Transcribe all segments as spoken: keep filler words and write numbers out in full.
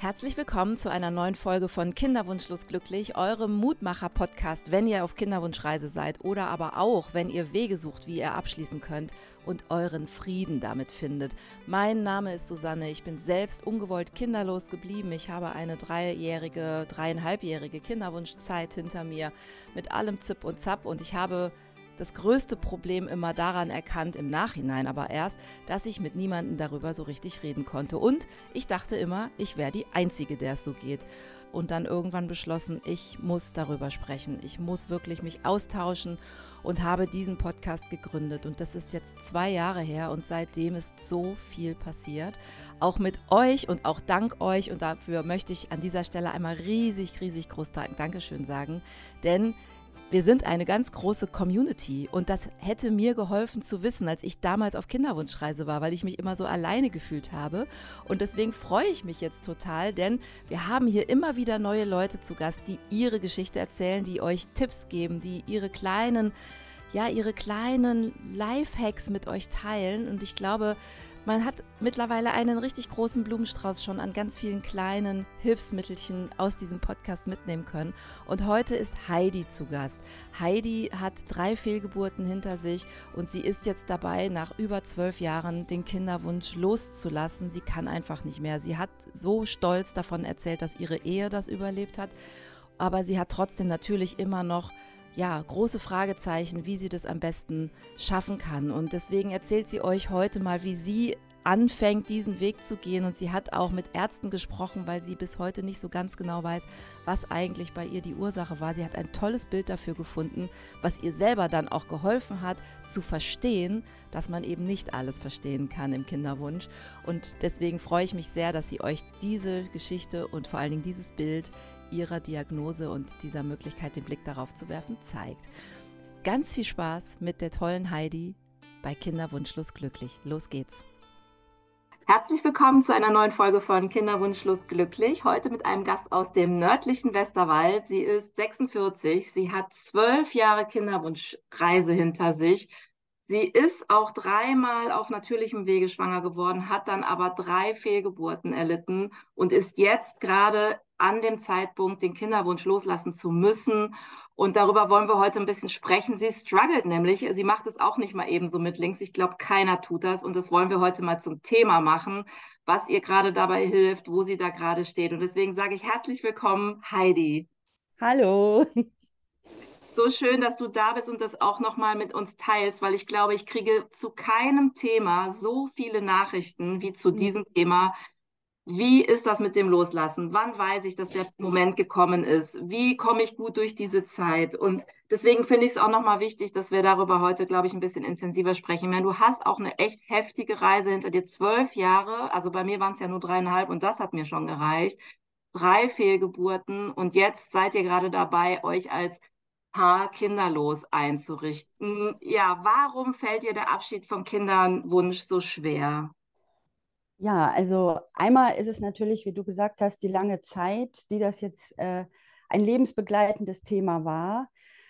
Herzlich willkommen zu einer neuen Folge von Kinderwunschlos glücklich, eurem Mutmacher-Podcast, wenn ihr auf Kinderwunschreise seid oder aber auch, wenn ihr Wege sucht, wie ihr abschließen könnt und euren Frieden damit findet. Mein Name ist Susanne, ich bin selbst ungewollt kinderlos geblieben. Ich habe eine dreijährige, dreieinhalbjährige Kinderwunschzeit hinter mir mit allem Zip und Zap und ich habe das größte Problem immer daran erkannt, im Nachhinein aber erst, dass ich mit niemandem darüber so richtig reden konnte. Und ich dachte immer, ich wäre die Einzige, der es so geht. Und dann irgendwann beschlossen, ich muss darüber sprechen. Ich muss wirklich mich austauschen und habe diesen Podcast gegründet. Und das ist jetzt zwei Jahre her und seitdem ist so viel passiert. Auch mit euch und auch dank euch. Und dafür möchte ich an dieser Stelle einmal riesig, riesig groß Dankeschön sagen. Denn wir sind eine ganz große Community und das hätte mir geholfen zu wissen, als ich damals auf Kinderwunschreise war, weil ich mich immer so alleine gefühlt habe. Und deswegen freue ich mich jetzt total, denn wir haben hier immer wieder neue Leute zu Gast, die ihre Geschichte erzählen, die euch Tipps geben, die ihre kleinen, ja, ihre kleinen Lifehacks mit euch teilen. Und ich glaube, man hat mittlerweile einen richtig großen Blumenstrauß schon an ganz vielen kleinen Hilfsmittelchen aus diesem Podcast mitnehmen können. Und heute ist Heidi zu Gast. Heidi hat drei Fehlgeburten hinter sich und sie ist jetzt dabei, nach über zwölf Jahren den Kinderwunsch loszulassen. Sie kann einfach nicht mehr. Sie hat so stolz davon erzählt, dass ihre Ehe das überlebt hat. Aber sie hat trotzdem natürlich immer noch ja, große Fragezeichen, wie sie das am besten schaffen kann. Und deswegen erzählt sie euch heute mal, wie sie anfängt, diesen Weg zu gehen. Und sie hat auch mit Ärzten gesprochen, weil sie bis heute nicht so ganz genau weiß, was eigentlich bei ihr die Ursache war. Sie hat ein tolles Bild dafür gefunden, was ihr selber dann auch geholfen hat, zu verstehen, dass man eben nicht alles verstehen kann im Kinderwunsch. Und deswegen freue ich mich sehr, dass sie euch diese Geschichte und vor allen Dingen dieses Bild ihrer Diagnose und dieser Möglichkeit, den Blick darauf zu werfen, zeigt. Ganz viel Spaß mit der tollen Heidi bei Kinderwunschlos glücklich. Los geht's. Herzlich willkommen zu einer neuen Folge von Kinderwunschlos glücklich. Heute mit einem Gast aus dem nördlichen Westerwald. Sie ist sechsundvierzig. Sie hat zwölf Jahre Kinderwunschreise hinter sich. Sie ist auch dreimal auf natürlichem Wege schwanger geworden, hat dann aber drei Fehlgeburten erlitten und ist jetzt gerade an dem Zeitpunkt, den Kinderwunsch loslassen zu müssen. Und darüber wollen wir heute ein bisschen sprechen. Sie struggelt nämlich, sie macht es auch nicht mal eben so mit links. Ich glaube, keiner tut das. Und das wollen wir heute mal zum Thema machen, was ihr gerade dabei hilft, wo sie da gerade steht. Und deswegen sage ich herzlich willkommen, Heidi. Hallo. So schön, dass du da bist und das auch nochmal mit uns teilst, weil ich glaube, ich kriege zu keinem Thema so viele Nachrichten wie zu diesem Thema. Wie ist das mit dem Loslassen? Wann weiß ich, dass der Moment gekommen ist? Wie komme ich gut durch diese Zeit? Und deswegen finde ich es auch nochmal wichtig, dass wir darüber heute, glaube ich, ein bisschen intensiver sprechen. Ich meine, du hast auch eine echt heftige Reise hinter dir. Zwölf Jahre, also bei mir waren es ja nur dreieinhalb und das hat mir schon gereicht. Drei Fehlgeburten und jetzt seid ihr gerade dabei, euch als Paar kinderlos einzurichten. Ja, warum fällt dir der Abschied vom Kinderwunsch so schwer? Ja, also einmal ist es natürlich, wie du gesagt hast, die lange Zeit, die das jetzt äh, ein lebensbegleitendes Thema war.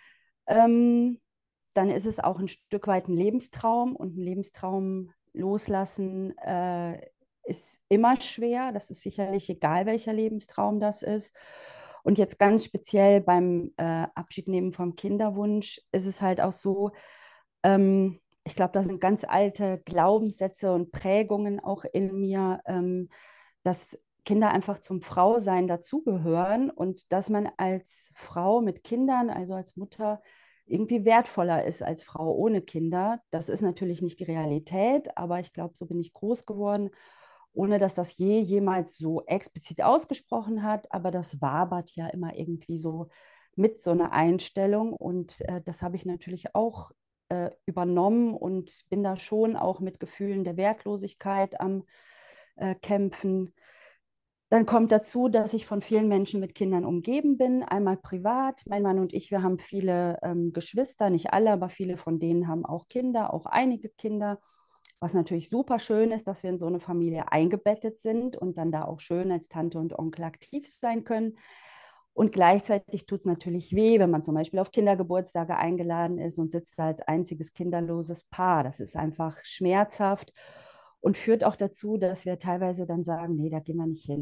Ähm, Dann ist es auch ein Stück weit ein Lebenstraum und ein Lebenstraum loslassen äh, ist immer schwer. Das ist sicherlich egal, welcher Lebenstraum das ist. Und jetzt ganz speziell beim äh, Abschied nehmen vom Kinderwunsch ist es halt auch so, ähm, ich glaube, da sind ganz alte Glaubenssätze und Prägungen auch in mir, ähm, dass Kinder einfach zum Frausein dazugehören und dass man als Frau mit Kindern, also als Mutter, irgendwie wertvoller ist als Frau ohne Kinder. Das ist natürlich nicht die Realität, aber ich glaube, so bin ich groß geworden, ohne dass das je jemals so explizit ausgesprochen hat. Aber das wabert ja immer irgendwie so mit so einer Einstellung und äh, das habe ich natürlich auch äh, übernommen und bin da schon auch mit Gefühlen der Wertlosigkeit am äh, Kämpfen. Dann kommt dazu, dass ich von vielen Menschen mit Kindern umgeben bin. Einmal privat. Mein Mann und ich, wir haben viele ähm, Geschwister, nicht alle, aber viele von denen haben auch Kinder, auch einige Kinder. Was natürlich super schön ist, dass wir in so eine Familie eingebettet sind und dann da auch schön als Tante und Onkel aktiv sein können. Und gleichzeitig tut es natürlich weh, wenn man zum Beispiel auf Kindergeburtstage eingeladen ist und sitzt da als einziges kinderloses Paar. Das ist einfach schmerzhaft und führt auch dazu, dass wir teilweise dann sagen, nee, da gehen wir nicht hin.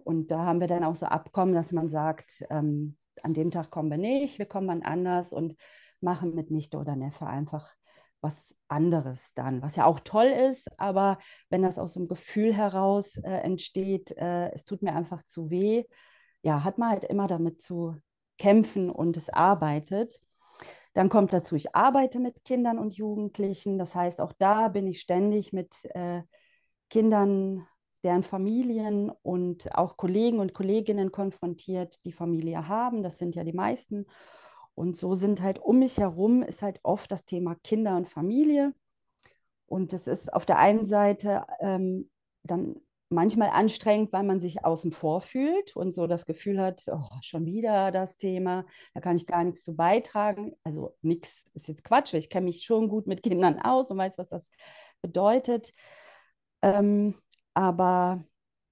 Und da haben wir dann auch so Abkommen, dass man sagt, ähm, an dem Tag kommen wir nicht, wir kommen wann anders und machen mit Nichte oder Neffe einfach was anderes dann, was ja auch toll ist, aber wenn das aus so einem Gefühl heraus äh, entsteht, äh, es tut mir einfach zu weh, ja, hat man halt immer damit zu kämpfen und es arbeitet. Dann kommt dazu, ich arbeite mit Kindern und Jugendlichen. Das heißt, auch da bin ich ständig mit äh, Kindern, deren Familien und auch Kollegen und Kolleginnen konfrontiert, die Familie haben. Das sind ja die meisten. Und so sind halt um mich herum ist halt oft das Thema Kinder und Familie. Und das ist auf der einen Seite ähm, dann manchmal anstrengend, weil man sich außen vor fühlt und so das Gefühl hat, oh, schon wieder das Thema, da kann ich gar nichts zu beitragen. Also nichts ist jetzt Quatsch, weil ich kenne mich schon gut mit Kindern aus und weiß, was das bedeutet. Ähm, aber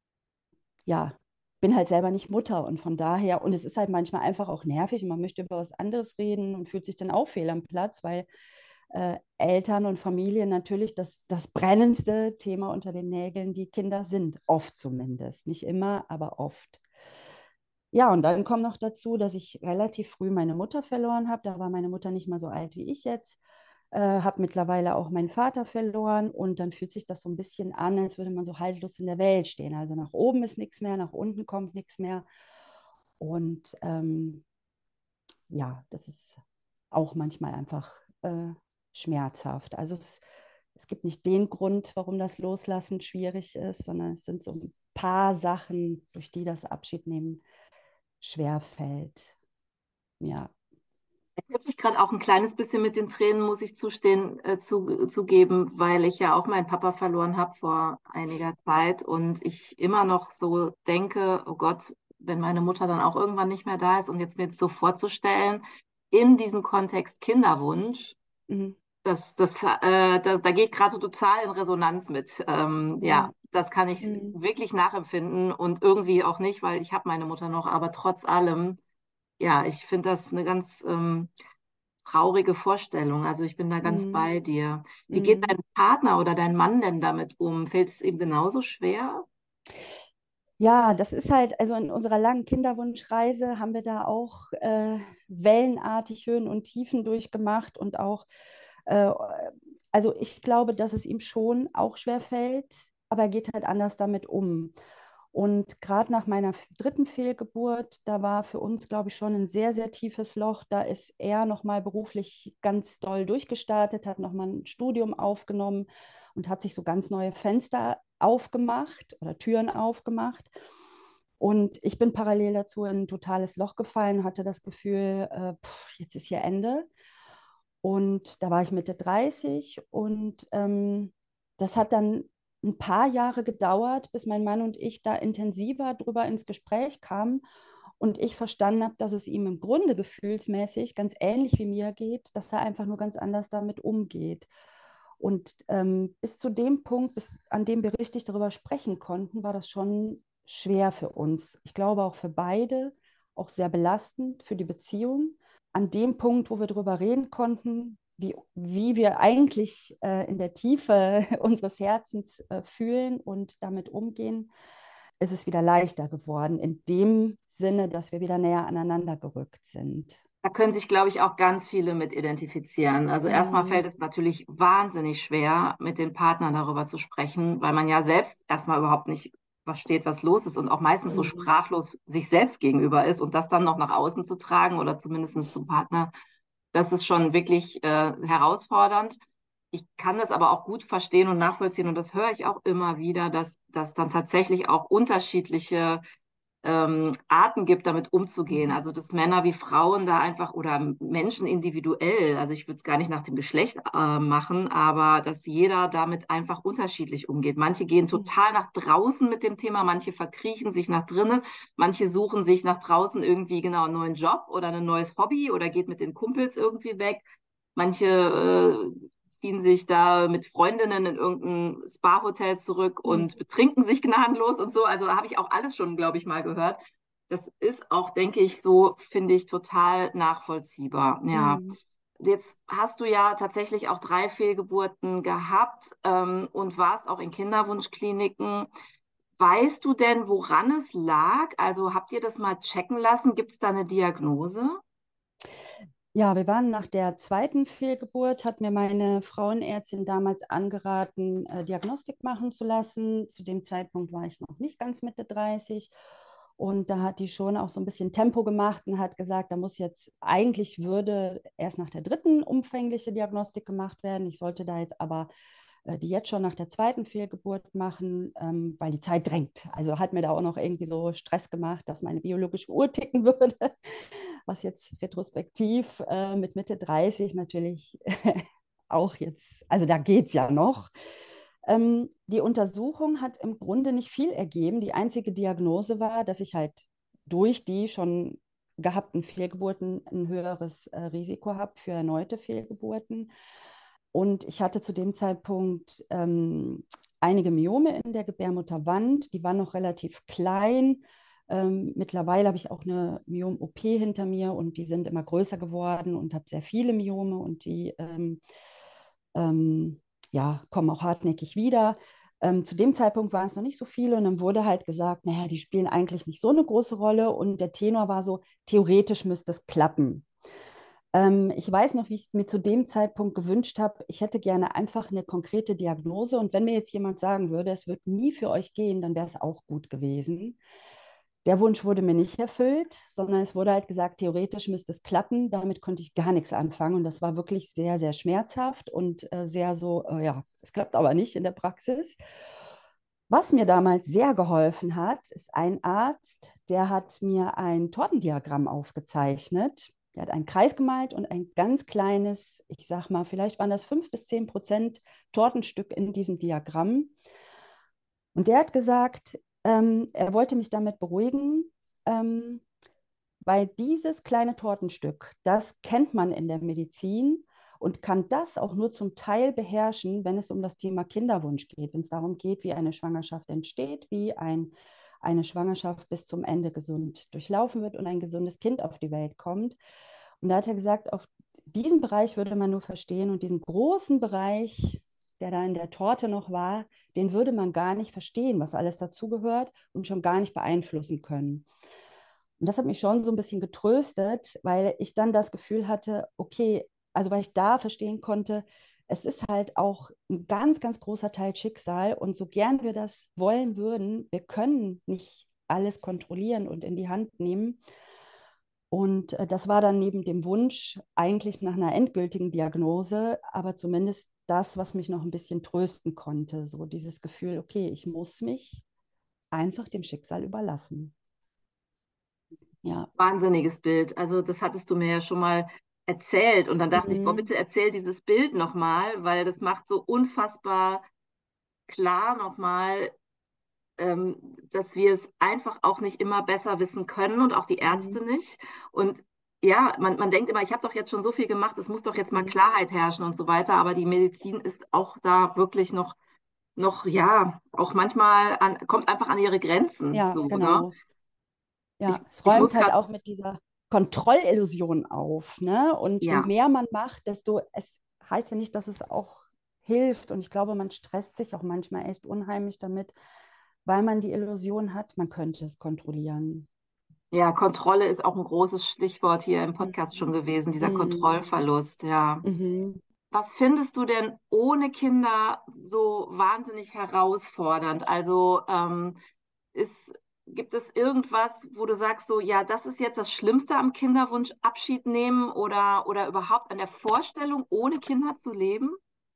ja, bin halt selber nicht Mutter und von daher, und es ist halt manchmal einfach auch nervig und man möchte über was anderes reden und fühlt sich dann auch fehl am Platz, weil äh, Eltern und Familien natürlich das, das brennendste Thema unter den Nägeln die Kinder sind, oft zumindest. Nicht immer, aber oft. Ja, und dann kommt noch dazu, dass ich relativ früh meine Mutter verloren habe. Da war meine Mutter nicht mal so alt wie ich jetzt. Äh, habe mittlerweile auch meinen Vater verloren und dann fühlt sich das so ein bisschen an, als würde man so haltlos in der Welt stehen. Also nach oben ist nichts mehr, nach unten kommt nichts mehr. Und ähm, ja, das ist auch manchmal einfach äh, schmerzhaft. Also es, es gibt nicht den Grund, warum das Loslassen schwierig ist, sondern es sind so ein paar Sachen, durch die das Abschiednehmen schwer fällt. Ja. Es hat sich gerade auch ein kleines bisschen mit den Tränen, muss ich zustehen, äh, zu, zugeben, weil ich ja auch meinen Papa verloren habe vor einiger Zeit und ich immer noch so denke, oh Gott, wenn meine Mutter dann auch irgendwann nicht mehr da ist und jetzt mir jetzt so vorzustellen, in diesem Kontext Kinderwunsch, Mhm. das, das, äh, das, da gehe ich gerade total in Resonanz mit. Ähm, ja, Ja. das kann ich Mhm. wirklich nachempfinden und irgendwie auch nicht, weil ich habe meine Mutter noch, aber trotz allem, ja, ich finde das eine ganz ähm, traurige Vorstellung. Also ich bin da ganz Mhm. bei dir. Wie geht Mhm. dein Partner oder dein Mann denn damit um? Fällt es ihm genauso schwer? Ja, das ist halt, also in unserer langen Kinderwunschreise haben wir da auch äh, wellenartig Höhen und Tiefen durchgemacht und auch, äh, also ich glaube, dass es ihm schon auch schwer fällt, aber er geht halt anders damit um. Und gerade nach meiner f- dritten Fehlgeburt, da war für uns, glaube ich, schon ein sehr, sehr tiefes Loch. Da ist er nochmal beruflich ganz doll durchgestartet, hat nochmal ein Studium aufgenommen und hat sich so ganz neue Fenster aufgemacht oder Türen aufgemacht. Und ich bin parallel dazu in ein totales Loch gefallen, hatte das Gefühl, äh, pff, jetzt ist hier Ende. Und da war ich Mitte dreißig und ähm, das hat dann ein paar Jahre gedauert, bis mein Mann und ich da intensiver drüber ins Gespräch kamen und ich verstanden habe, dass es ihm im Grunde gefühlsmäßig ganz ähnlich wie mir geht, dass er einfach nur ganz anders damit umgeht. Und ähm, bis zu dem Punkt, bis, an dem wir richtig darüber sprechen konnten, war das schon schwer für uns. Ich glaube auch für beide, auch sehr belastend für die Beziehung. An dem Punkt, wo wir darüber reden konnten, wie, wie wir eigentlich äh, in der Tiefe unseres Herzens äh, fühlen und damit umgehen, ist es wieder leichter geworden, in dem Sinne, dass wir wieder näher aneinander gerückt sind. Da können sich, glaube ich, auch ganz viele mit identifizieren. Also erstmal Mm, fällt es natürlich wahnsinnig schwer, mit den Partnern darüber zu sprechen, weil man ja selbst erstmal überhaupt nicht versteht, was los ist und auch meistens so mm, sprachlos sich selbst gegenüber ist und das dann noch nach außen zu tragen oder zumindest zum Partner. Das ist schon wirklich äh, herausfordernd. Ich kann das aber auch gut verstehen und nachvollziehen und das höre ich auch immer wieder, dass, dass dann tatsächlich auch unterschiedliche ähm, Arten gibt, damit umzugehen. mm, Also dass Männer wie Frauen da einfach oder Menschen individuell, also ich würde es gar nicht nach dem Geschlecht äh, machen, aber dass jeder damit einfach unterschiedlich umgeht. Manche gehen mm, total nach draußen mit dem Thema, manche verkriechen sich nach drinnen, manche suchen sich nach draußen irgendwie genau einen neuen Job oder ein neues Hobby oder geht mit den Kumpels irgendwie weg. Manche äh, ziehen sich da mit Freundinnen in irgendein Spa-Hotel zurück und mm, betrinken sich gnadenlos und so. Also habe ich auch alles schon, glaube ich, mal gehört. Das ist auch, denke ich, so, finde ich, total nachvollziehbar. Ja. mm. Jetzt hast du ja tatsächlich auch drei Fehlgeburten gehabt ähm, und warst auch in Kinderwunschkliniken. weißt du denn, woran es lag? Also habt ihr das mal checken lassen? Gibt es da eine Diagnose? Ja, wir waren nach der zweiten Fehlgeburt, hat mir meine Frauenärztin damals angeraten, äh, Diagnostik machen zu lassen. Zu dem Zeitpunkt war ich noch nicht ganz Mitte dreißig. Und da hat die schon auch so ein bisschen Tempo gemacht und hat gesagt, da muss jetzt, eigentlich würde erst nach der dritten umfängliche Diagnostik gemacht werden. Ich sollte da jetzt aber äh, die jetzt schon nach der zweiten Fehlgeburt machen, ähm, weil die Zeit drängt. Also hat mir da auch noch irgendwie so Stress gemacht, dass meine biologische Uhr ticken würde, was jetzt retrospektiv äh, mit Mitte dreißig natürlich auch jetzt, also da geht es ja noch. Ähm, die Untersuchung hat im Grunde nicht viel ergeben. Die einzige Diagnose war, dass ich halt durch die schon gehabten Fehlgeburten ein höheres äh, Risiko habe für erneute Fehlgeburten. Und ich hatte zu dem Zeitpunkt ähm, einige Myome in der Gebärmutterwand, die waren noch relativ klein. Ähm, mittlerweile habe ich auch eine Myom-O P hinter mir und die sind immer größer geworden und habe sehr viele Myome und die ähm, ähm, ja, kommen auch hartnäckig wieder. Ähm, zu dem Zeitpunkt waren es noch nicht so viele und dann wurde halt gesagt, naja, die spielen eigentlich nicht so eine große Rolle und der Tenor war so, theoretisch müsste es klappen. Ähm, ich weiß noch, wie ich es mir zu dem Zeitpunkt gewünscht habe, ich hätte gerne einfach eine konkrete Diagnose und wenn mir jetzt jemand sagen würde, es wird nie für euch gehen, dann wäre es auch gut gewesen. Der Wunsch wurde mir nicht erfüllt, sondern es wurde halt gesagt, theoretisch müsste es klappen. Damit konnte ich gar nichts anfangen und das war wirklich sehr, sehr schmerzhaft und äh, sehr so, äh, ja, es klappt aber nicht in der Praxis. Was mir damals sehr geholfen hat, ist ein Arzt, der hat mir ein Tortendiagramm aufgezeichnet. Der hat einen Kreis gemalt und ein ganz kleines, ich sag mal, vielleicht waren das fünf bis zehn Prozent Tortenstück in diesem Diagramm. Und der hat gesagt, ähm, er wollte mich damit beruhigen, ähm, weil dieses kleine Tortenstück, das kennt man in der Medizin und kann das auch nur zum Teil beherrschen, wenn es um das Thema Kinderwunsch geht, wenn es darum geht, wie eine Schwangerschaft entsteht, wie ein, eine Schwangerschaft bis zum Ende gesund durchlaufen wird und ein gesundes Kind auf die Welt kommt. Und da hat er gesagt, auf diesen Bereich würde man nur verstehen und diesen großen Bereich, der da in der Torte noch war, den würde man gar nicht verstehen, was alles dazugehört und schon gar nicht beeinflussen können. Und das hat mich schon so ein bisschen getröstet, weil ich dann das Gefühl hatte, okay, also weil ich da verstehen konnte, es ist halt auch ein ganz, ganz großer Teil Schicksal. Und so gern wir das wollen würden, wir können nicht alles kontrollieren und in die Hand nehmen. Und äh, das war dann neben dem Wunsch eigentlich nach einer endgültigen Diagnose, aber zumindest das, was mich noch ein bisschen trösten konnte. So dieses Gefühl, okay, ich muss mich einfach dem Schicksal überlassen. Ja. Wahnsinniges Bild. Also das hattest du mir ja schon mal erzählt. Und dann dachte ich, boah, Mhm. bitte erzähl dieses Bild nochmal, weil das macht so unfassbar klar nochmal, ähm, dass wir es einfach auch nicht immer besser wissen können und auch die Mhm. Ärzte nicht. Und ja, man, man denkt immer, ich habe doch jetzt schon so viel gemacht, es muss doch jetzt mal Mhm. Klarheit herrschen und so weiter. Aber die Medizin ist auch da wirklich noch, noch ja, auch manchmal an, kommt einfach an ihre Grenzen. Ja, So, ne? genau. Ich, Ja, es ich muss räumt halt gerade, auch mit dieser Kontrollillusion auf, ne? Und je ja. mehr man macht, desto, es heißt ja nicht, dass es auch hilft. Und ich glaube, man stresst sich auch manchmal echt unheimlich damit, weil man die Illusion hat, man könnte es kontrollieren. Ja, Kontrolle ist auch ein großes Stichwort hier im Podcast schon Mhm. gewesen, dieser Mhm. Kontrollverlust, ja. Mhm. Was findest du denn ohne Kinder so wahnsinnig herausfordernd? Also ähm, ist, gibt es irgendwas, wo du sagst, so, ja, das ist jetzt das Schlimmste am Kinderwunsch, Abschied nehmen oder, oder überhaupt an der Vorstellung, ohne Kinder zu leben?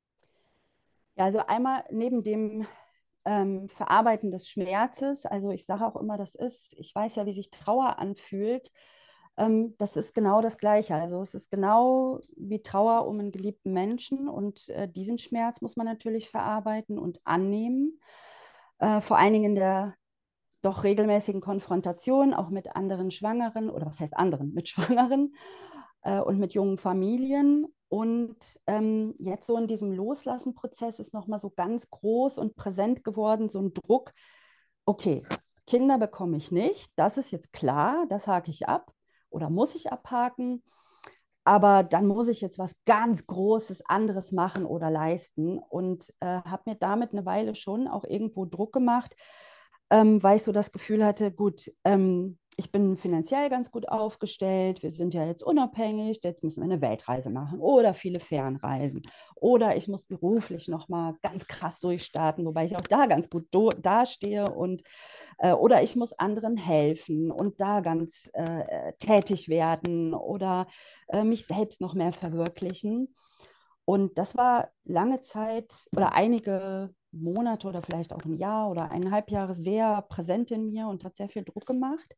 Ja, also einmal neben dem ähm, Verarbeiten des Schmerzes, also ich sage auch immer, das ist, ich weiß ja, wie sich Trauer anfühlt, ähm, das ist genau das Gleiche. Also es ist genau wie Trauer um einen geliebten Menschen und äh, diesen Schmerz muss man natürlich verarbeiten und annehmen, äh, vor allen Dingen in der doch regelmäßigen Konfrontation auch mit anderen Schwangeren oder was heißt anderen, mit Schwangeren äh, und mit jungen Familien. Und ähm, jetzt so in diesem Loslassen-Prozess ist nochmal so ganz groß und präsent geworden, so ein Druck, okay, Kinder bekomme ich nicht, das ist jetzt klar, das hake ich ab oder muss ich abhaken, aber dann muss ich jetzt was ganz Großes anderes machen oder leisten und äh, habe mir damit eine Weile schon auch irgendwo Druck gemacht, ähm, weil ich so das Gefühl hatte, gut, ähm, ich bin finanziell ganz gut aufgestellt, wir sind ja jetzt unabhängig, jetzt müssen wir eine Weltreise machen oder viele Fernreisen. Oder ich muss beruflich nochmal ganz krass durchstarten, wobei ich auch da ganz gut do dastehe und äh, oder ich muss anderen helfen und da ganz äh, tätig werden oder äh, mich selbst noch mehr verwirklichen. Und das war lange Zeit oder einige Monate oder vielleicht auch ein Jahr oder eineinhalb Jahre sehr präsent in mir und hat sehr viel Druck gemacht.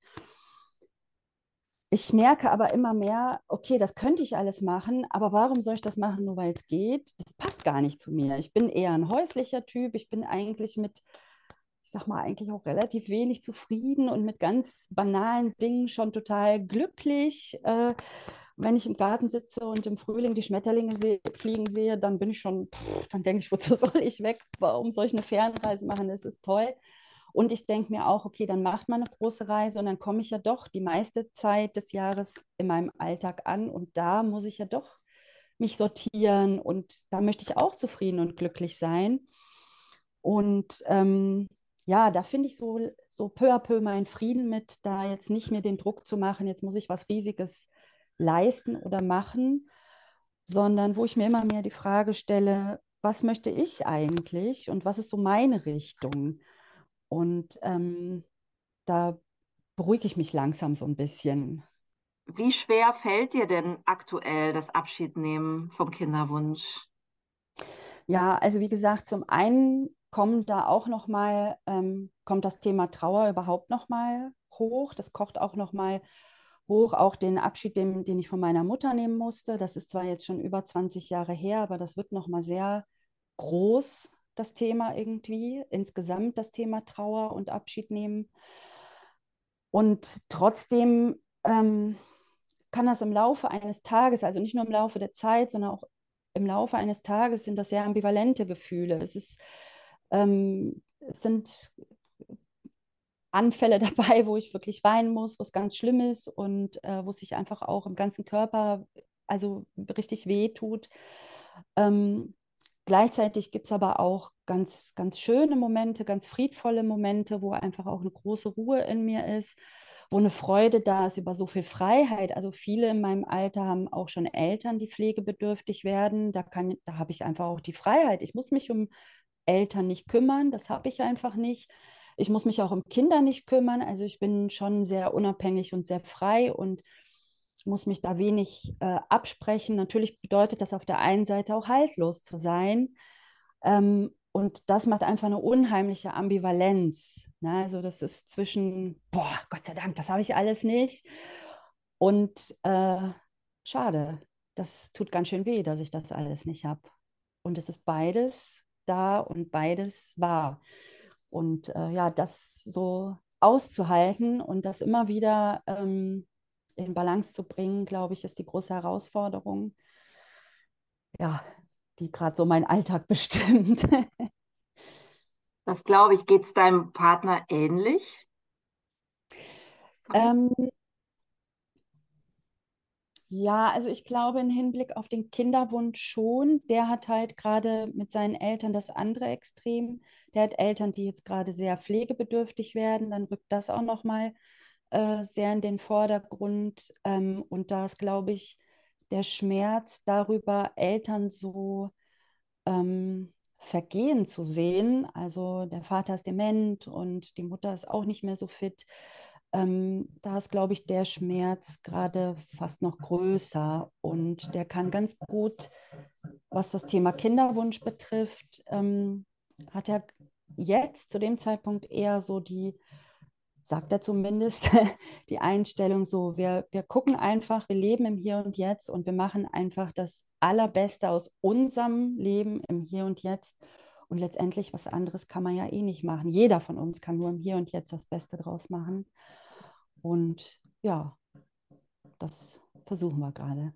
Ich merke aber immer mehr, okay, das könnte ich alles machen, aber warum soll ich das machen, nur weil es geht? Das passt gar nicht zu mir. Ich bin eher ein häuslicher Typ. Ich bin eigentlich mit, ich sag mal, eigentlich auch relativ wenig zufrieden und mit ganz banalen Dingen schon total glücklich. Äh, wenn ich im Garten sitze und im Frühling die Schmetterlinge seh fliegen sehe, dann bin ich schon, pff, dann denke ich, wozu soll ich weg? Warum soll ich eine Fernreise machen? Das ist toll. Und ich denke mir auch, okay, dann macht man eine große Reise und dann komme ich ja doch die meiste Zeit des Jahres in meinem Alltag an und da muss ich ja doch mich sortieren und da möchte ich auch zufrieden und glücklich sein. Und ähm, ja, da finde ich so, so peu à peu meinen Frieden mit, da jetzt nicht mehr den Druck zu machen, jetzt muss ich was Riesiges leisten oder machen, sondern wo ich mir immer mehr die Frage stelle, was möchte ich eigentlich und was ist so meine Richtung? Und ähm, da beruhige ich mich langsam so ein bisschen. Wie schwer fällt dir denn aktuell das Abschiednehmen vom Kinderwunsch? Ja, also wie gesagt, zum einen kommt da auch noch mal, ähm, kommt das Thema Trauer überhaupt noch mal hoch. Das kocht auch noch mal hoch, auch den Abschied, den, den ich von meiner Mutter nehmen musste. Das ist zwar jetzt schon über zwanzig Jahre her, aber das wird noch mal sehr groß, das Thema irgendwie. Insgesamt das Thema Trauer und Abschied nehmen. Und trotzdem ähm, kann das im Laufe eines Tages, also nicht nur im Laufe der Zeit, sondern auch im Laufe eines Tages sind das sehr ambivalente Gefühle. Es ist, ähm, es sind Anfälle dabei, wo ich wirklich weinen muss, wo es ganz schlimm ist und äh, wo es sich einfach auch im ganzen Körper also richtig weh tut. Ähm, Gleichzeitig gibt es aber auch ganz, ganz schöne Momente, ganz friedvolle Momente, wo einfach auch eine große Ruhe in mir ist, wo eine Freude da ist über so viel Freiheit. Also viele in meinem Alter haben auch schon Eltern, die pflegebedürftig werden. Da kann, da habe ich einfach auch die Freiheit. Ich muss mich um Eltern nicht kümmern, das habe ich einfach nicht. Ich muss mich auch um Kinder nicht kümmern. Also ich bin schon sehr unabhängig und sehr frei und ich muss mich da wenig äh, absprechen. Natürlich bedeutet das auf der einen Seite auch haltlos zu sein. Ähm, und das macht einfach eine unheimliche Ambivalenz. Ne? Also das ist zwischen, boah, Gott sei Dank, das habe ich alles nicht. Und äh, schade, das tut ganz schön weh, dass ich das alles nicht habe. Und es ist beides da und beides wahr. Und äh, ja, das so auszuhalten und das immer wieder ähm, in Balance zu bringen, glaube ich, ist die große Herausforderung, ja, die gerade so meinen Alltag bestimmt. Das glaube ich, geht es deinem Partner ähnlich? ähm, ja, also ich glaube im Hinblick auf den Kinderwunsch schon. Der hat halt gerade mit seinen Eltern das andere Extrem. Der hat Eltern, die jetzt gerade sehr pflegebedürftig werden. Dann rückt das auch nochmal äh, sehr in den Vordergrund. Ähm, und da ist, glaube ich, der Schmerz darüber, Eltern so ähm, vergehen zu sehen. Also der Vater ist dement und die Mutter ist auch nicht mehr so fit. Ähm, da ist, glaube ich, der Schmerz gerade fast noch größer und der kann ganz gut, was das Thema Kinderwunsch betrifft, ähm, hat er jetzt zu dem Zeitpunkt eher so die, sagt er zumindest, die Einstellung so, wir, wir gucken einfach, wir leben im Hier und Jetzt und wir machen einfach das Allerbeste aus unserem Leben im Hier und Jetzt. Und letztendlich was anderes kann man ja eh nicht machen. Jeder von uns kann nur im Hier und Jetzt das Beste draus machen. Und ja, das versuchen wir gerade.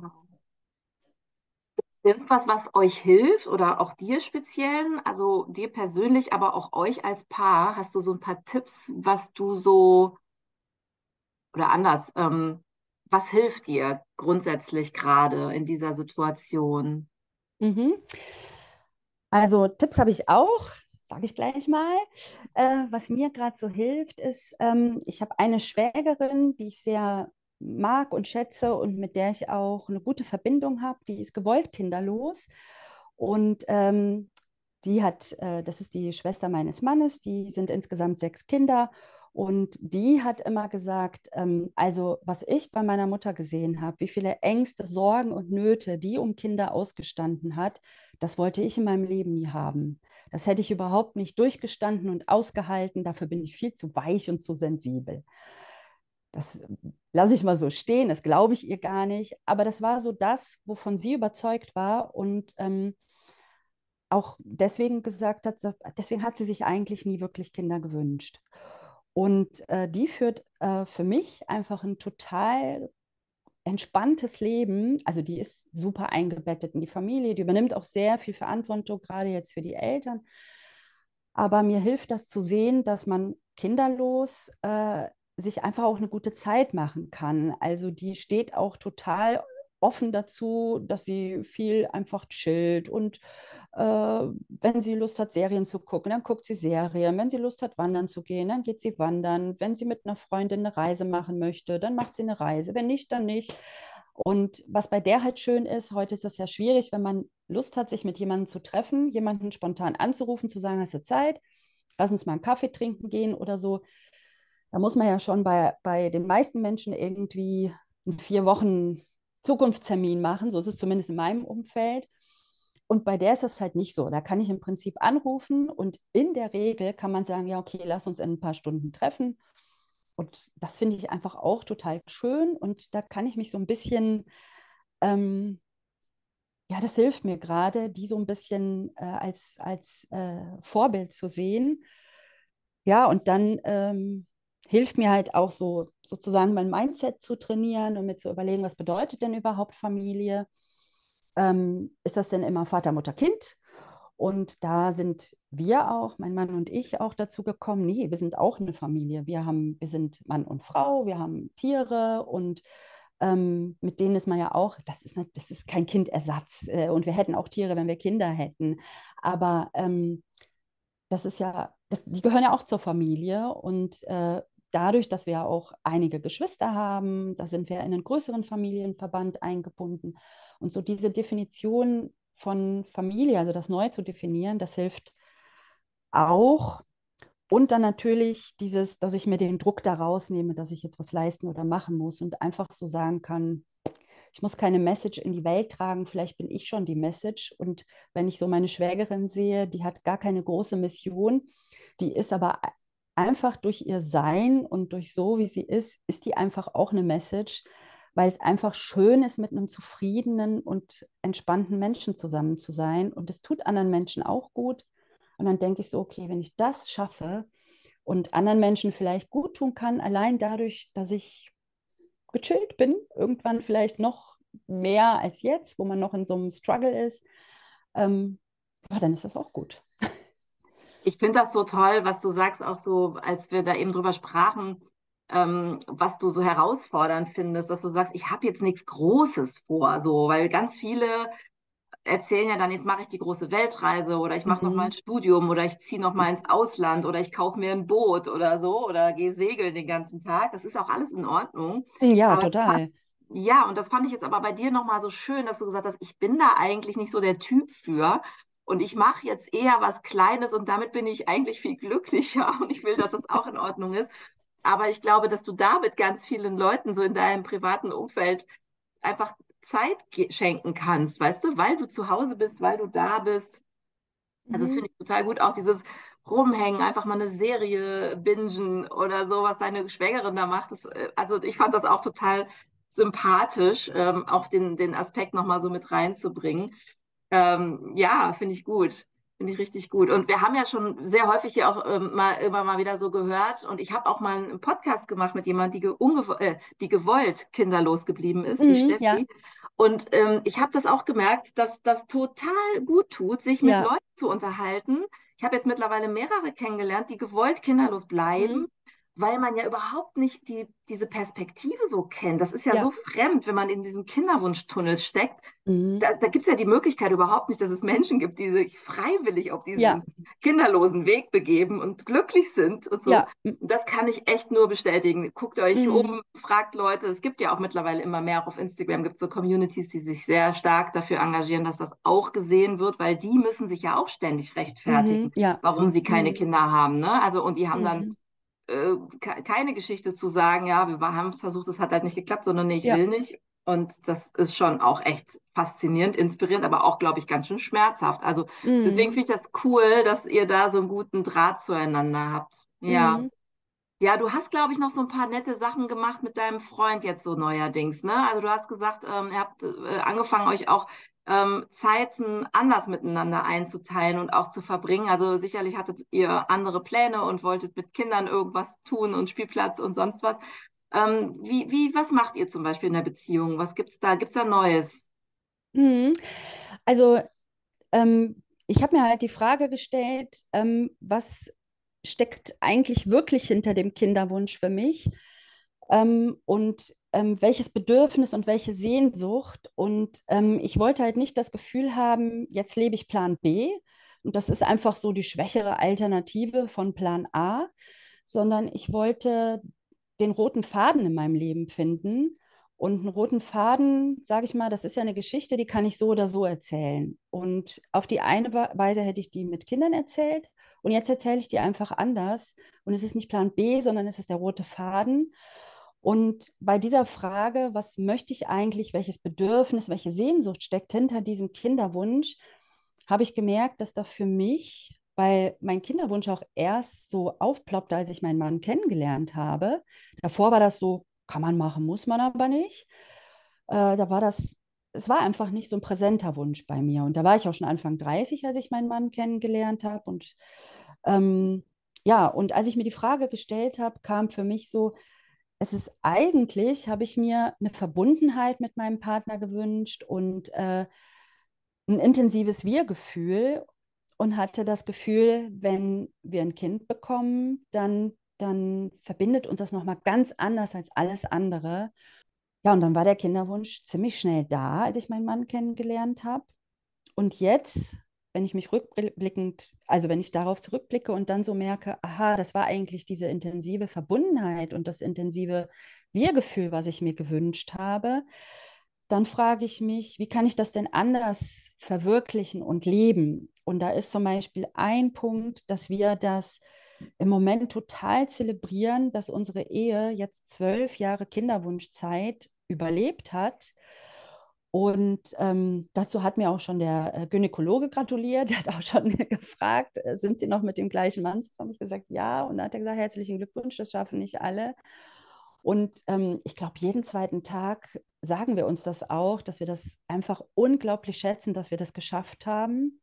Irgendwas, was euch hilft oder auch dir speziell, also dir persönlich, aber auch euch als Paar, hast du so ein paar Tipps, was du so, oder anders, ähm, was hilft dir grundsätzlich gerade in dieser Situation? Mhm. Also Tipps habe ich auch. sage ich gleich mal. Äh, was mir gerade so hilft, ist, ähm, ich habe eine Schwägerin, die ich sehr mag und schätze und mit der ich auch eine gute Verbindung habe. Die ist gewollt kinderlos. Und ähm, die hat, äh, das ist die Schwester meines Mannes, die sind insgesamt sechs Kinder. Und die hat immer gesagt, ähm, also was ich bei meiner Mutter gesehen habe, wie viele Ängste, Sorgen und Nöte die um Kinder ausgestanden hat, das wollte ich in meinem Leben nie haben. Das hätte ich überhaupt nicht durchgestanden und ausgehalten. Dafür bin ich viel zu weich und zu sensibel. Das lasse ich mal so stehen, das glaube ich ihr gar nicht. Aber das war so das, wovon sie überzeugt war und ähm, auch deswegen gesagt hat, so- deswegen hat sie sich eigentlich nie wirklich Kinder gewünscht. Und äh, die führt äh, für mich einfach ein total entspanntes Leben. Also die ist super eingebettet in die Familie, die übernimmt auch sehr viel Verantwortung, gerade jetzt für die Eltern. Aber mir hilft das zu sehen, dass man kinderlos äh, sich einfach auch eine gute Zeit machen kann. Also die steht auch total offen dazu, dass sie viel einfach chillt und äh, wenn sie Lust hat, Serien zu gucken, dann guckt sie Serien. Wenn sie Lust hat, wandern zu gehen, dann geht sie wandern. Wenn sie mit einer Freundin eine Reise machen möchte, dann macht sie eine Reise. Wenn nicht, dann nicht. Und was bei der halt schön ist, heute ist das ja schwierig, wenn man Lust hat, sich mit jemandem zu treffen, jemanden spontan anzurufen, zu sagen, hast du Zeit? Lass uns mal einen Kaffee trinken gehen oder so. Da muss man ja schon bei, bei den meisten Menschen irgendwie einen vier Wochen Zukunftstermin machen. So ist es zumindest in meinem Umfeld. Und bei der ist das halt nicht so. Da kann ich im Prinzip anrufen und in der Regel kann man sagen, ja, okay, lass uns in ein paar Stunden treffen. Und das finde ich einfach auch total schön. Und da kann ich mich so ein bisschen, ähm, ja, das hilft mir gerade, die so ein bisschen äh, als, als äh, Vorbild zu sehen. Ja, und dann ähm, hilft mir halt auch so sozusagen mein Mindset zu trainieren und mir zu überlegen, was bedeutet denn überhaupt Familie? Ähm, ist das denn immer Vater, Mutter, Kind? Und da sind wir auch, mein Mann und ich, auch dazu gekommen, nee, wir sind auch eine Familie. Wir haben, wir sind Mann und Frau, wir haben Tiere und ähm, mit denen ist man ja auch, das ist, nicht, das ist kein Kindersatz. Äh, und wir hätten auch Tiere, wenn wir Kinder hätten. Aber ähm, das ist ja, das, die gehören ja auch zur Familie und äh, dadurch, dass wir ja auch einige Geschwister haben, da sind wir in einen größeren Familienverband eingebunden. Und so diese Definition von Familie, also das neu zu definieren, das hilft auch. Und dann natürlich dieses, dass ich mir den Druck da rausnehme, dass ich jetzt was leisten oder machen muss und einfach so sagen kann, ich muss keine Message in die Welt tragen, vielleicht bin ich schon die Message. Und wenn ich so meine Schwägerin sehe, die hat gar keine große Mission, die ist aber einfach durch ihr Sein und durch so, wie sie ist, ist die einfach auch eine Message, weil es einfach schön ist, mit einem zufriedenen und entspannten Menschen zusammen zu sein. Und es tut anderen Menschen auch gut. Und dann denke ich so, okay, wenn ich das schaffe und anderen Menschen vielleicht gut tun kann, allein dadurch, dass ich gechillt bin, irgendwann vielleicht noch mehr als jetzt, wo man noch in so einem Struggle ist, ähm, ja, dann ist das auch gut. Ich finde das so toll, was du sagst, auch so, als wir da eben drüber sprachen, ähm, was du so herausfordernd findest, dass du sagst, ich habe jetzt nichts Großes vor, so, weil ganz viele erzählen ja dann, jetzt mache ich die große Weltreise oder ich mache noch mal ein Mhm. Studium oder ich ziehe noch mal ins Ausland oder ich kaufe mir ein Boot oder so oder gehe segeln den ganzen Tag. Das ist auch alles in Ordnung. Ja, Aber das fand, total. ja, und das fand ich jetzt aber bei dir noch mal so schön, dass du gesagt hast, ich bin da eigentlich nicht so der Typ für. Und ich mache jetzt eher was Kleines und damit bin ich eigentlich viel glücklicher und ich will, dass das auch in Ordnung ist. Aber ich glaube, dass du damit ganz vielen Leuten so in deinem privaten Umfeld einfach Zeit schenken kannst, weißt du, weil du zu Hause bist, weil du da bist. Also das Mhm. finde ich total gut, auch dieses Rumhängen, einfach mal eine Serie bingen oder so, was deine Schwägerin da macht. Das, äh, also ich fand das auch total sympathisch, ähm, auch den, den Aspekt nochmal so mit reinzubringen. Ähm, ja, finde ich gut. Finde ich richtig gut. Und wir haben ja schon sehr häufig hier auch ähm, mal immer mal wieder so gehört. Und ich habe auch mal einen Podcast gemacht mit jemandem, die, ge äh, die gewollt kinderlos geblieben ist, die Mhm. Ja, Steffi. Und ähm, ich habe das auch gemerkt, dass das total gut tut, sich mit ja. Leuten zu unterhalten. Ich habe jetzt mittlerweile mehrere kennengelernt, die gewollt kinderlos bleiben, Mhm. weil man ja überhaupt nicht die, diese Perspektive so kennt. Das ist ja Ja. so fremd, wenn man in diesem Kinderwunschtunnel steckt. Mhm. Da, da gibt es ja die Möglichkeit überhaupt nicht, dass es Menschen gibt, die sich freiwillig auf Ja. diesen kinderlosen Weg begeben und glücklich sind und so. Ja. Mhm. Das kann ich echt nur bestätigen. Guckt euch Mhm. um, fragt Leute. Es gibt ja auch mittlerweile immer mehr. Auch auf Instagram gibt es so Communities, die sich sehr stark dafür engagieren, dass das auch gesehen wird, weil die müssen sich ja auch ständig Mhm. rechtfertigen, Ja. warum sie keine Mhm. Kinder haben. Ne? Also, und die haben dann Mhm. äh, keine Geschichte zu sagen, ja, wir haben es versucht, es hat halt nicht geklappt, sondern nee, ich Ja. will nicht. Und das ist schon auch echt faszinierend, inspirierend, aber auch, glaube ich, ganz schön schmerzhaft. Also deswegen Mhm. finde ich das cool, dass ihr da so einen guten Draht zueinander habt. Ja. Mhm. Ja, du hast, glaube ich, noch so ein paar nette Sachen gemacht mit deinem Freund jetzt so neuerdings, ne? Also du hast gesagt, ähm, ihr habt äh, angefangen, euch auch ähm, Zeiten anders miteinander einzuteilen und auch zu verbringen. Also sicherlich hattet ihr andere Pläne und wolltet mit Kindern irgendwas tun und Spielplatz und sonst was. Ähm, wie, wie, was macht ihr zum Beispiel in der Beziehung? Was gibt's da? Gibt's da Neues? Mhm. Also ähm, ich habe mir halt die Frage gestellt, ähm, was steckt eigentlich wirklich hinter dem Kinderwunsch für mich? Ähm, und ähm, welches Bedürfnis und welche Sehnsucht. Und ähm, ich wollte halt nicht das Gefühl haben, jetzt lebe ich Plan B. Und das ist einfach so die schwächere Alternative von Plan A, sondern ich wollte den roten Faden in meinem Leben finden. Und einen roten Faden, sage ich mal, das ist ja eine Geschichte, die kann ich so oder so erzählen. Und auf die eine Weise hätte ich die mit Kindern erzählt. Und jetzt erzähle ich die einfach anders. Und es ist nicht Plan B, sondern es ist der rote Faden. Und bei dieser Frage, was möchte ich eigentlich, welches Bedürfnis, welche Sehnsucht steckt hinter diesem Kinderwunsch, habe ich gemerkt, dass da für mich, weil mein Kinderwunsch auch erst so aufploppte, als ich meinen Mann kennengelernt habe. Davor war das so, kann man machen, muss man aber nicht. Äh, da war das, es war einfach nicht so ein präsenter Wunsch bei mir. Und da war ich auch schon Anfang dreißig, als ich meinen Mann kennengelernt habe. Und ähm, ja, und als ich mir die Frage gestellt habe, kam für mich so, es ist eigentlich, habe ich mir eine Verbundenheit mit meinem Partner gewünscht und äh, ein intensives Wir-Gefühl und hatte das Gefühl, wenn wir ein Kind bekommen, dann, dann verbindet uns das nochmal ganz anders als alles andere. Ja, und dann war der Kinderwunsch ziemlich schnell da, als ich meinen Mann kennengelernt habe. Und jetzt, wenn ich mich rückblickend, also wenn ich darauf zurückblicke und dann so merke, aha, das war eigentlich diese intensive Verbundenheit und das intensive Wir-Gefühl, was ich mir gewünscht habe, dann frage ich mich, wie kann ich das denn anders verwirklichen und leben? Und da ist zum Beispiel ein Punkt, dass wir das im Moment total zelebrieren, dass unsere Ehe jetzt zwölf Jahre Kinderwunschzeit überlebt hat. Und ähm, dazu hat mir auch schon der äh, Gynäkologe gratuliert. Der hat auch schon gefragt, äh, sind Sie noch mit dem gleichen Mann zusammen? Habe ich gesagt, ja. Und dann hat er gesagt, herzlichen Glückwunsch, das schaffen nicht alle. Und ähm, ich glaube, jeden zweiten Tag sagen wir uns das auch, dass wir das einfach unglaublich schätzen, dass wir das geschafft haben.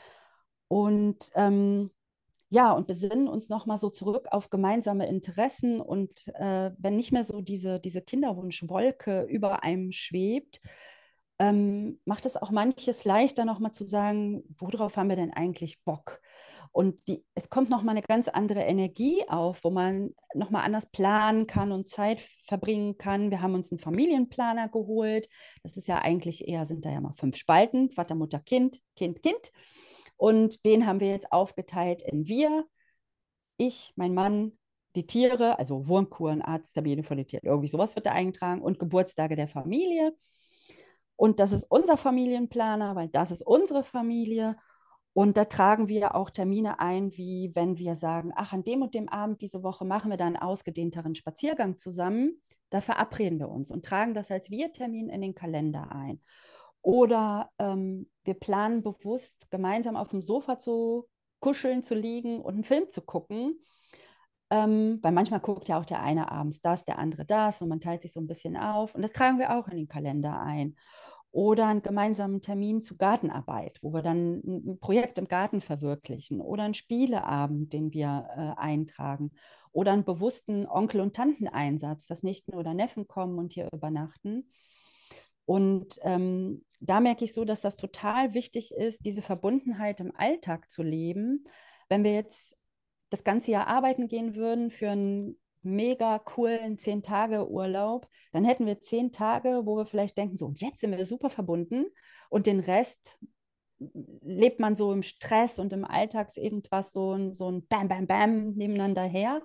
Und ähm, ja, und besinnen uns nochmal so zurück auf gemeinsame Interessen. Und äh, wenn nicht mehr so diese, diese Kinderwunschwolke über einem schwebt, ähm, macht es auch manches leichter, nochmal zu sagen, worauf haben wir denn eigentlich Bock? Und die, es kommt nochmal eine ganz andere Energie auf, wo man nochmal anders planen kann und Zeit verbringen kann. Wir haben uns einen Familienplaner geholt. Das ist ja eigentlich eher, sind da ja mal fünf Spalten, Vater, Mutter, Kind, Kind, Kind. Und den haben wir jetzt aufgeteilt in wir, ich, mein Mann, die Tiere, also Wurmkuren, Arzt, Termine von den Tieren, irgendwie sowas wird da eingetragen und Geburtstage der Familie. Und das ist unser Familienplaner, weil das ist unsere Familie. Und da tragen wir auch Termine ein, wie wenn wir sagen, ach, an dem und dem Abend diese Woche machen wir dann einen ausgedehnteren Spaziergang zusammen. Da verabreden wir uns und tragen das als Wir-Termin in den Kalender ein. Oder ähm, wir planen bewusst, gemeinsam auf dem Sofa zu kuscheln, zu liegen und einen Film zu gucken. Ähm, weil manchmal guckt ja auch der eine abends das, der andere das und man teilt sich so ein bisschen auf. Und das tragen wir auch in den Kalender ein. Oder einen gemeinsamen Termin zu Gartenarbeit, wo wir dann ein Projekt im Garten verwirklichen. Oder einen Spieleabend, den wir äh, eintragen. Oder einen bewussten Onkel- und Tanteneinsatz, dass Nichten oder Neffen kommen und hier übernachten. Und ähm, da merke ich so, dass das total wichtig ist, diese Verbundenheit im Alltag zu leben. Wenn wir jetzt das ganze Jahr arbeiten gehen würden für einen mega coolen zehn Tage Urlaub, dann hätten wir zehn Tage, wo wir vielleicht denken, so, und jetzt sind wir super verbunden und den Rest lebt man so im Stress und im Alltags irgendwas, so ein, so ein Bam, Bam, Bam nebeneinander her.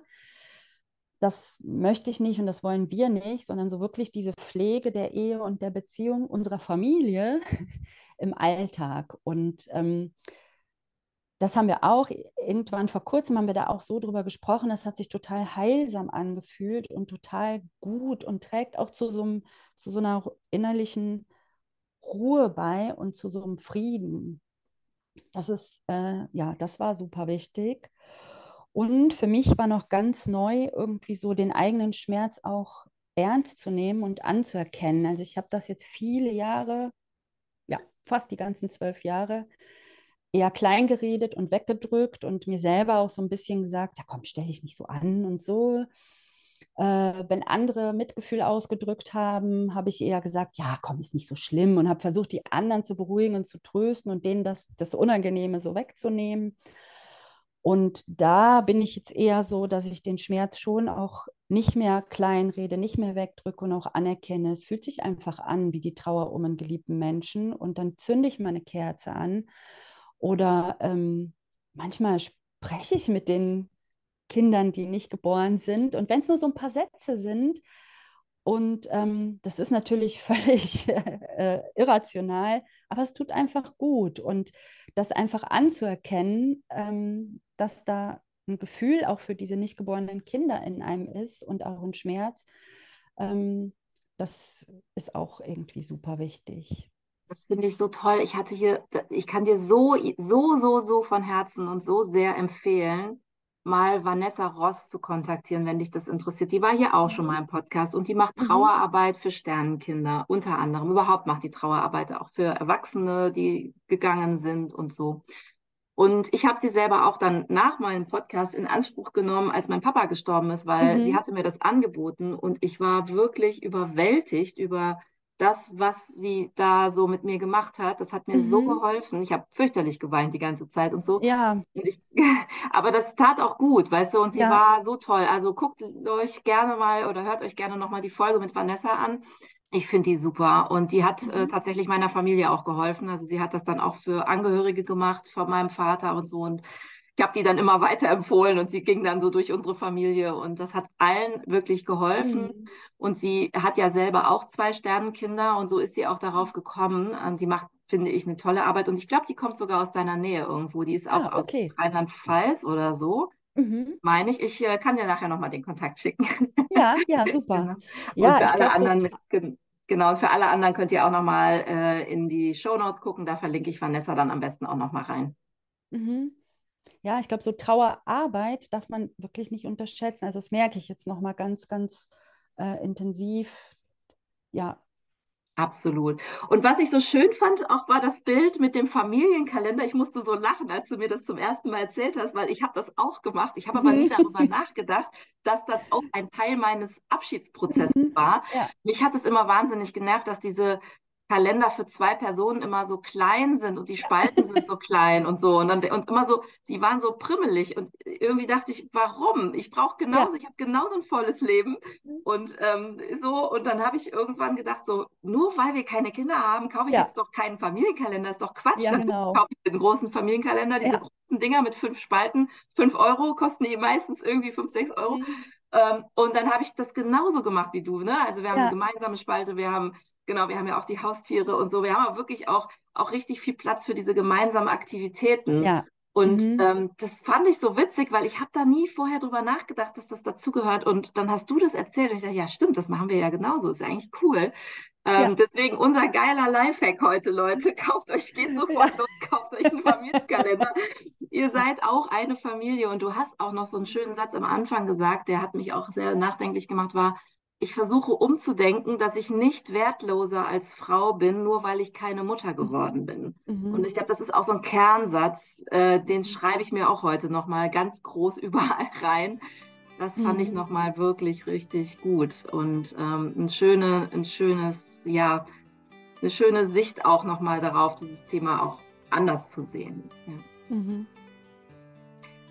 Das möchte ich nicht und das wollen wir nicht, sondern so wirklich diese Pflege der Ehe und der Beziehung unserer Familie im Alltag. Und ähm, das haben wir auch, irgendwann vor kurzem haben wir da auch so drüber gesprochen, das hat sich total heilsam angefühlt und total gut und trägt auch zu so, einem, zu so einer innerlichen Ruhe bei und zu so einem Frieden. Das ist, äh, ja, das war super wichtig. Und für mich war noch ganz neu, irgendwie so den eigenen Schmerz auch ernst zu nehmen und anzuerkennen. Also ich habe das jetzt viele Jahre, ja, fast die ganzen zwölf Jahre, eher klein geredet und weggedrückt und mir selber auch so ein bisschen gesagt, ja komm, stell dich nicht so an und so. Äh, wenn andere Mitgefühl ausgedrückt haben, habe ich eher gesagt, ja komm, ist nicht so schlimm und habe versucht, die anderen zu beruhigen und zu trösten und denen das, das Unangenehme so wegzunehmen. Und da bin ich jetzt eher so, dass ich den Schmerz schon auch nicht mehr kleinrede, nicht mehr wegdrücke und auch anerkenne. Es fühlt sich einfach an wie die Trauer um einen geliebten Menschen und dann zünde ich meine Kerze an oder ähm, manchmal spreche ich mit den Kindern, die nicht geboren sind. Und wenn es nur so ein paar Sätze sind, und ähm, das ist natürlich völlig äh, irrational, aber es tut einfach gut. Und das einfach anzuerkennen, ähm, dass da ein Gefühl auch für diese nicht geborenen Kinder in einem ist und auch ein Schmerz, ähm, das ist auch irgendwie super wichtig. Das finde ich so toll. Ich hatte hier, ich kann dir so, so, so, so von Herzen und so sehr empfehlen, mal Vanessa Ross zu kontaktieren, wenn dich das interessiert. Die war hier auch schon Mhm. mal im Podcast und die macht Mhm. Trauerarbeit für Sternenkinder, unter anderem. Überhaupt macht die Trauerarbeit auch für Erwachsene, die gegangen sind und so. Und ich habe sie selber auch dann nach meinem Podcast in Anspruch genommen, als mein Papa gestorben ist, weil sie Mhm. hatte mir das angeboten und ich war wirklich überwältigt über das, was sie da so mit mir gemacht hat. Das hat mir so Mhm. geholfen. Ich habe fürchterlich geweint die ganze Zeit und so. Ja, Und ich, aber das tat auch gut, weißt du, und sie ja. war so toll. Also guckt euch gerne mal oder hört euch gerne nochmal die Folge mit Vanessa an. Ich finde die super und die hat äh, Mhm. tatsächlich meiner Familie auch geholfen. Also sie hat das dann auch für Angehörige gemacht von meinem Vater und so und ich habe die dann immer weiterempfohlen und sie ging dann so durch unsere Familie und das hat allen wirklich geholfen. Mhm. Und sie hat ja selber auch zwei Sternenkinder und so ist sie auch darauf gekommen. Und sie macht, finde ich, eine tolle Arbeit und ich glaube, die kommt sogar aus deiner Nähe irgendwo. Die ist auch Ah, aus okay. Rheinland-Pfalz oder so, Mhm. meine ich. Ich äh, kann dir nachher nochmal den Kontakt schicken. Ja, ja, super. Genau. Und Ja, für ich alle glaube so, anderen, gen- genau, für alle anderen könnt ihr auch nochmal äh, in die Shownotes gucken. Da verlinke ich Vanessa dann am besten auch nochmal rein. mhm. Ja, ich glaube, so Trauerarbeit darf man wirklich nicht unterschätzen. Also das merke ich jetzt nochmal ganz, ganz äh, intensiv. Ja. Absolut. Und was ich so schön fand, auch war das Bild mit dem Familienkalender. Ich musste so lachen, als du mir das zum ersten Mal erzählt hast, weil ich habe das auch gemacht. Ich habe aber Mhm. nie darüber nachgedacht, dass das auch ein Teil meines Abschiedsprozesses Mhm. war. Ja, Mich hat es immer wahnsinnig genervt, dass diese Kalender für zwei Personen immer so klein sind und die Spalten sind so klein und so und dann und immer so, die waren so primmelig und irgendwie dachte ich, warum? Ich brauche genauso, ja, ich habe genauso ein volles Leben. Und ähm, so, und dann habe ich irgendwann gedacht, so, nur weil wir keine Kinder haben, kaufe ich ja, jetzt doch keinen Familienkalender. Das ist doch Quatsch. ja, Natürlich genau. kaufe ich den großen Familienkalender, diese Ja. großen Dinger mit fünf Spalten, fünf Euro, kosten die meistens irgendwie fünf, sechs Euro. Mhm. Ähm, und dann habe ich das genauso gemacht wie du, ne? Also wir haben eine Ja, gemeinsame Spalte, wir haben, genau, wir haben ja auch die Haustiere und so. Wir haben aber wirklich auch, auch richtig viel Platz für diese gemeinsamen Aktivitäten. ja. Und Mhm. ähm, das fand ich so witzig, weil ich habe da nie vorher drüber nachgedacht, dass das dazugehört. Und dann hast du das erzählt und ich dachte, ja stimmt, das machen wir ja genauso. Ist ja eigentlich cool. Ähm, Ja. deswegen unser geiler Lifehack heute, Leute. Kauft euch, geht Ja. sofort los, kauft euch einen Familienkalender. Ihr seid auch eine Familie und du hast auch noch so einen schönen Satz am Anfang gesagt, der hat mich auch sehr nachdenklich gemacht, war, ich versuche umzudenken, dass ich nicht wertloser als Frau bin, nur weil ich keine Mutter Mhm. geworden bin. Und Mhm. ich glaube, das ist auch so ein Kernsatz, äh, den Mhm. schreibe ich mir auch heute nochmal ganz groß überall rein. Das fand ich Mhm. nochmal wirklich richtig gut und ähm, ein, schöne, ein schönes, ja, eine schöne Sicht auch nochmal darauf, dieses Thema auch anders zu sehen. Ja. Mhm.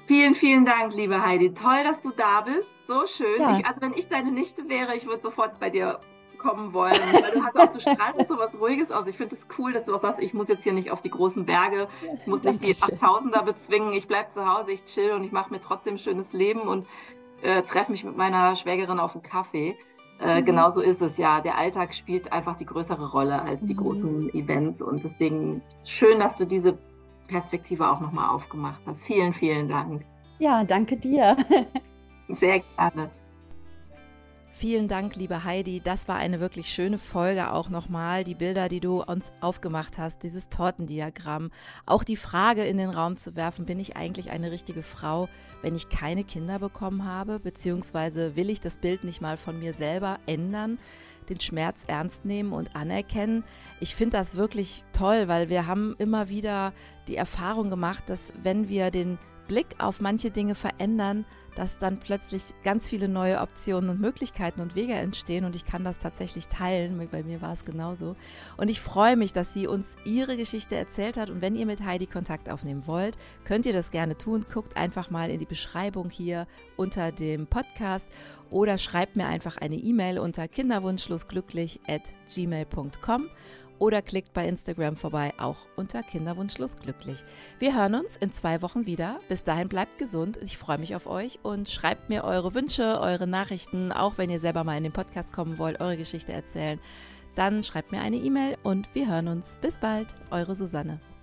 Vielen, vielen Dank, liebe Heidi. Toll, dass du da bist. So schön. Ja. Ich, also wenn ich deine Nichte wäre, ich würde sofort bei dir kommen wollen. Weil du hast auch, du strahlst so was Ruhiges aus. Ich finde es cool, dass du auch sagst, ich muss jetzt hier nicht auf die großen Berge, ich muss nicht die achttausender bezwingen, ich bleibe zu Hause, ich chill und ich mache mir trotzdem ein schönes Leben und äh, treffe mich mit meiner Schwägerin auf einen Kaffee. Äh, mhm. Genau so ist es, ja. Der Alltag spielt einfach die größere Rolle als mhm. die großen Events und deswegen schön, dass du diese Perspektive auch nochmal aufgemacht hast. Vielen, vielen Dank. Ja, danke dir. Sehr gerne. Vielen Dank, liebe Heidi. Das war eine wirklich schöne Folge auch nochmal. Die Bilder, die du uns aufgemacht hast, dieses Tortendiagramm. Auch die Frage in den Raum zu werfen, bin ich eigentlich eine richtige Frau, wenn ich keine Kinder bekommen habe? Beziehungsweise will ich das Bild nicht mal von mir selber ändern? Den Schmerz ernst nehmen und anerkennen. Ich finde das wirklich toll, weil wir haben immer wieder die Erfahrung gemacht, dass wenn wir den Blick auf manche Dinge verändern, dass dann plötzlich ganz viele neue Optionen und Möglichkeiten und Wege entstehen und ich kann das tatsächlich teilen, bei mir war es genauso und ich freue mich, dass sie uns ihre Geschichte erzählt hat und wenn ihr mit Heidi Kontakt aufnehmen wollt, könnt ihr das gerne tun, guckt einfach mal in die Beschreibung hier unter dem Podcast oder schreibt mir einfach eine E-Mail unter kinderwunschlosglücklich at gmail punkt com oder klickt bei Instagram vorbei, auch unter kinderwunschlosglücklich. Wir hören uns in zwei Wochen wieder. Bis dahin bleibt gesund. Ich freue mich auf euch und schreibt mir eure Wünsche, eure Nachrichten, auch wenn ihr selber mal in den Podcast kommen wollt, eure Geschichte erzählen. Dann schreibt mir eine E-Mail und wir hören uns. Bis bald, eure Susanne.